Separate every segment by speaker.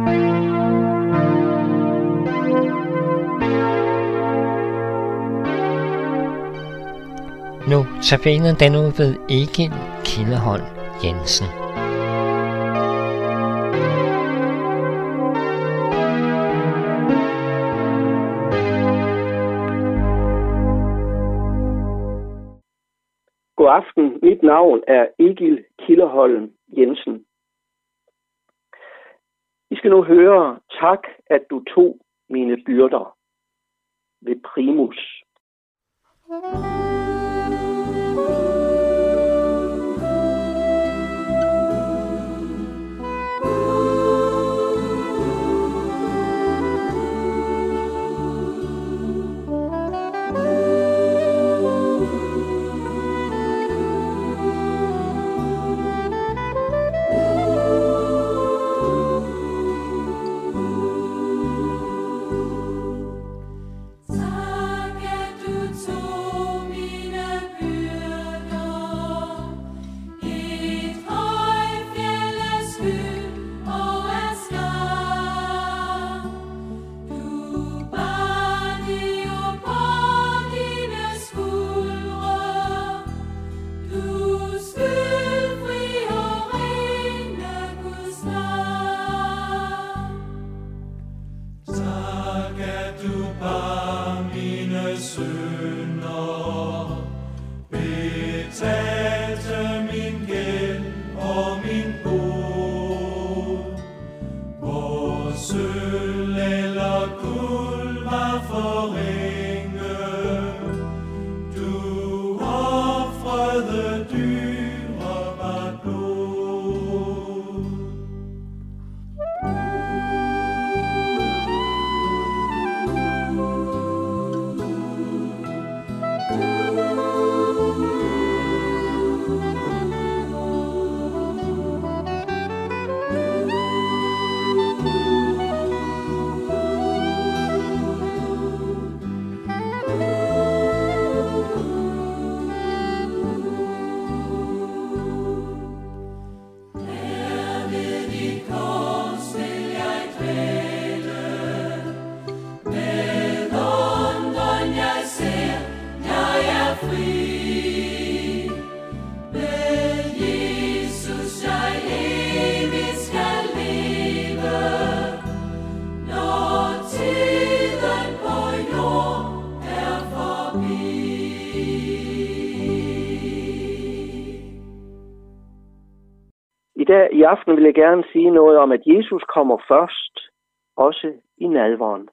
Speaker 1: Nu tabiner den ud ved Egil Kildeholm Jensen.
Speaker 2: God aften, mit navn er Egil Kildeholm Jensen. I skal nu høre, tak at du tog mine byrder ved Primus. I aften vil jeg gerne sige noget om, at Jesus kommer først, også i nadveren.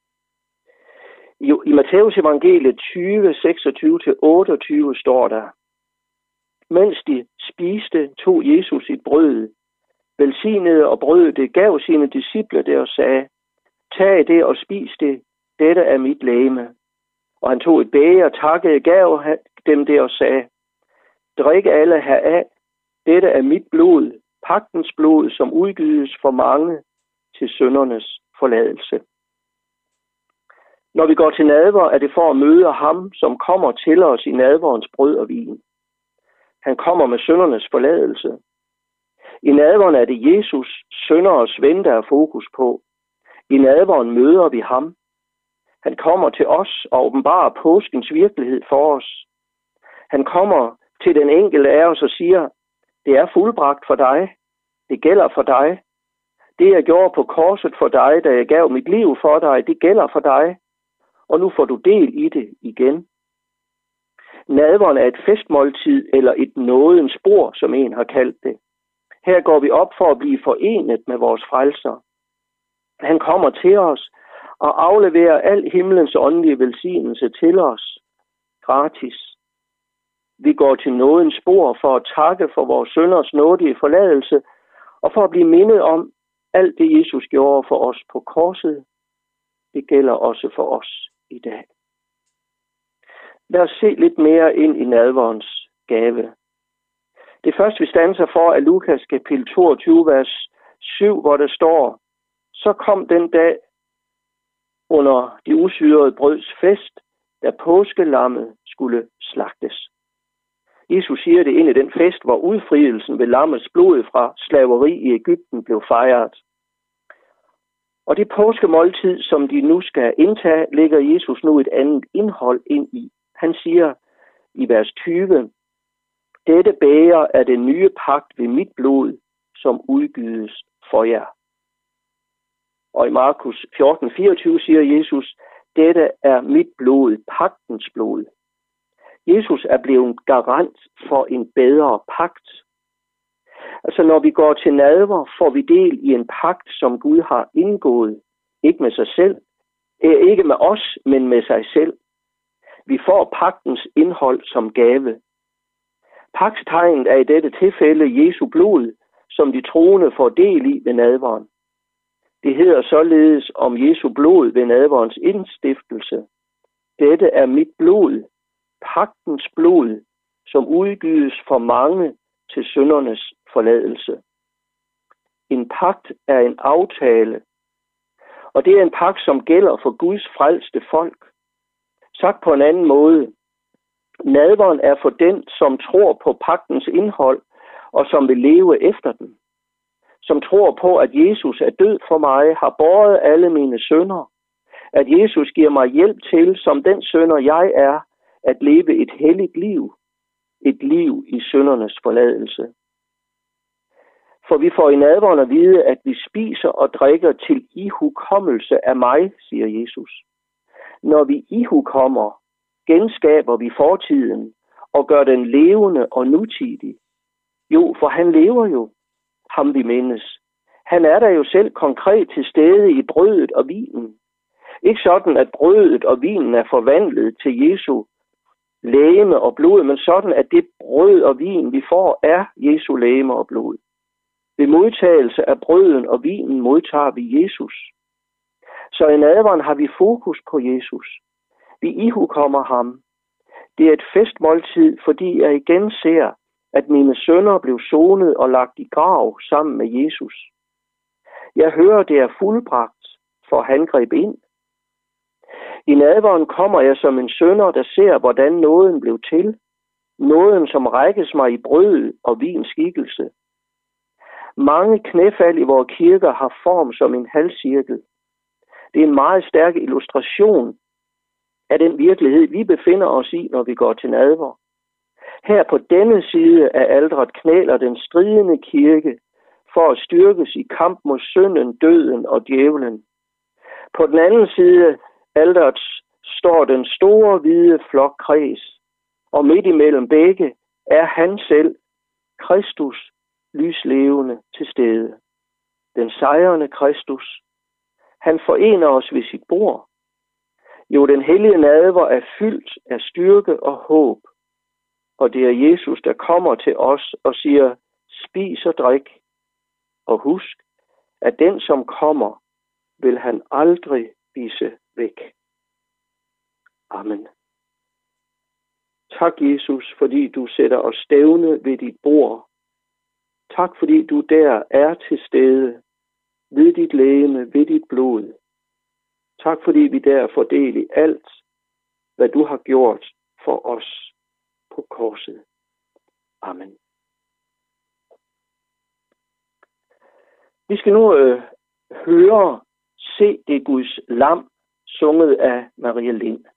Speaker 2: I Matthæus evangeliet 20, 26-28 står der: Mens de spiste, tog Jesus et brød, velsignede og brød det, gav sine disciple det og sagde: Tag det og spis det, dette er mit legeme. Og han tog et bæger, takkede, gav dem det og sagde: Drik alle heraf, dette er mit blod, pagtens blod, som udgydes for mange til syndernes forladelse. Når vi går til nadver, er det for at møde ham, som kommer til os i nadverens brød og vin. Han kommer med syndernes forladelse. I nadveren er det Jesus, synderes ven, der er fokus på. I nadveren møder vi ham. Han kommer til os og åbenbarer påskens virkelighed for os. Han kommer til den enkelte af os og siger: Det er fuldbragt for dig. Det gælder for dig. Det jeg gjorde på korset for dig, da jeg gav mit liv for dig, det gælder for dig. Og nu får du del i det igen. Nadveren er et festmåltid eller et nådens bord, som en har kaldt det. Her går vi op for at blive forenet med vores frelser. Han kommer til os og afleverer al himlens åndelige velsignelse til os gratis. Vi går til nådens bord for at takke for vores synders nådige forladelse og for at blive mindet om alt det, Jesus gjorde for os på korset. Det gælder også for os i dag. Lad os se lidt mere ind i nadverens gave. Det første, vi standser for, er Lukas kapitel 22, vers 7, hvor der står: Så kom den dag under de usyrede brøds fest, da påskelammet skulle slagtes. Jesus siger det ind i den fest, hvor udfrielsen ved lammets blod fra slaveri i Egypten blev fejret. Og det påskemåltid, som de nu skal indtage, lægger Jesus nu et andet indhold ind i. Han siger i vers 20, dette bæger er den nye pagt ved mit blod, som udgydes for jer. Og i Markus 14:24 siger Jesus, dette er mit blod, pagtens blod. Jesus er blevet garant for en bedre pagt. Altså når vi går til nadver, får vi del i en pagt, som Gud har indgået. Ikke med sig selv, ikke med os, men med sig selv. Vi får pagtens indhold som gave. Pagtstegnet er i dette tilfælde Jesu blod, som de troende får del i ved nadveren. Det hedder således om Jesu blod ved nadverens indstiftelse. Dette er mit blod, pagtens blod, som udgydes for mange til syndernes forladelse. En pagt er en aftale, og det er en pagt, som gælder for Guds frelste folk. Sagt på en anden måde, nadveren er for den, som tror på pagtens indhold, og som vil leve efter den. Som tror på, at Jesus er død for mig, har båret alle mine synder. At Jesus giver mig hjælp til, som den synder jeg er, at leve et helligt liv. Et liv i syndernes forladelse. For vi får i nadveren at vide, at vi spiser og drikker til ihukommelse af mig, siger Jesus. Når vi ihukommer, genskaber vi fortiden og gør den levende og nutidig. Jo, for han lever jo, ham vi mindes. Han er der jo selv konkret til stede i brødet og vinen. Ikke sådan, at brødet og vinen er forvandlet til Jesu legeme og blod, men sådan, at det brød og vin, vi får, er Jesu legeme og blod. Ved modtagelse af brøden og vinen modtager vi Jesus. Så i nadveren har vi fokus på Jesus. Vi ihukommer ham. Det er et festmåltid, fordi jeg igen ser, at mine synder blev sonet og lagt i grav sammen med Jesus. Jeg hører, det er fuldbragt, for han greb ind. I nadveren kommer jeg som en synder, der ser, hvordan nåden blev til. Nåden, som rækkes mig i brød og vins skikkelse. Mange knæfald i vores kirker har form som en halvcirkel. Det er en meget stærk illustration af den virkelighed, vi befinder os i, når vi går til nadver. Her på denne side af alteret knæler den stridende kirke for at styrkes i kamp mod synden, døden og djævlen. På den anden side alteret står den store hvide flok kreds, og midt imellem begge er han selv, Kristus, lyslevende til stede. Den sejrende Kristus. Han forener os ved sit bord. Jo, den hellige nadver er fyldt af styrke og håb. Og det er Jesus, der kommer til os og siger, spis og drik. Og husk, at den, som kommer, vil han aldrig vise væk. Amen. Tak, Jesus, fordi du sætter os stævne ved dit bord. Tak, fordi du der er til stede ved dit legeme, ved dit blod. Tak, fordi vi der får del i alt, hvad du har gjort for os på korset. Amen. Vi skal nu høre Se det Guds lam, sunget af Maria Lind.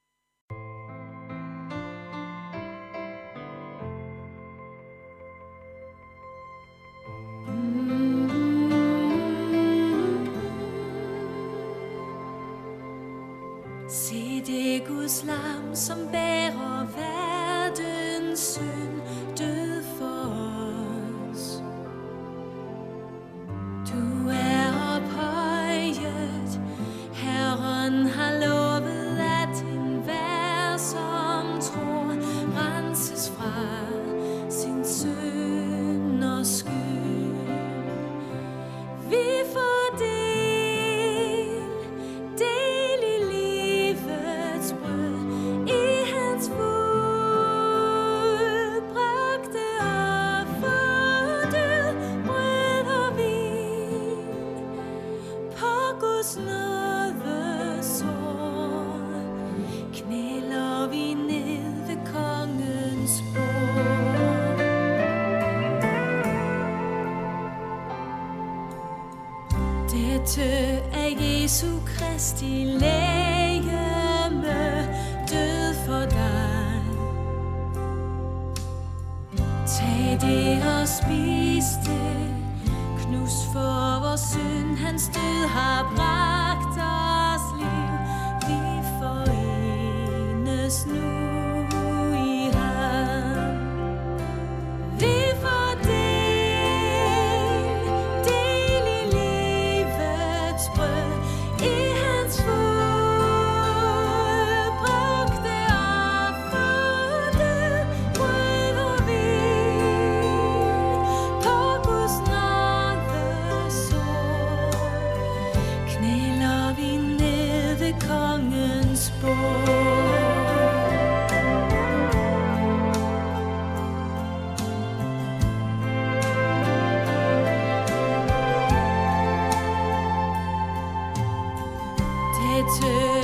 Speaker 3: Se det Guds lam, som bærer verdens synd, død for os. Du er ophøjet, Herren har lovet, at enhver som tror, renses fra sin synd og skyld. Vi får del i livets brød, i hans fuldbragte offer, død, brød og vin, på Guds nådesår, knæler vi ned ved kongens bord. Dette er Jesu Kristi legeme, død for dig. Tag det og spis det, knus for vores synd, hans død har bragt os liv. Vi forenes nu i ham. Vi får del i livets brød, i hans fuldbragte offer, død, brød og vin. På Guds nådesord knæler vi ned ved kongens bord. Dette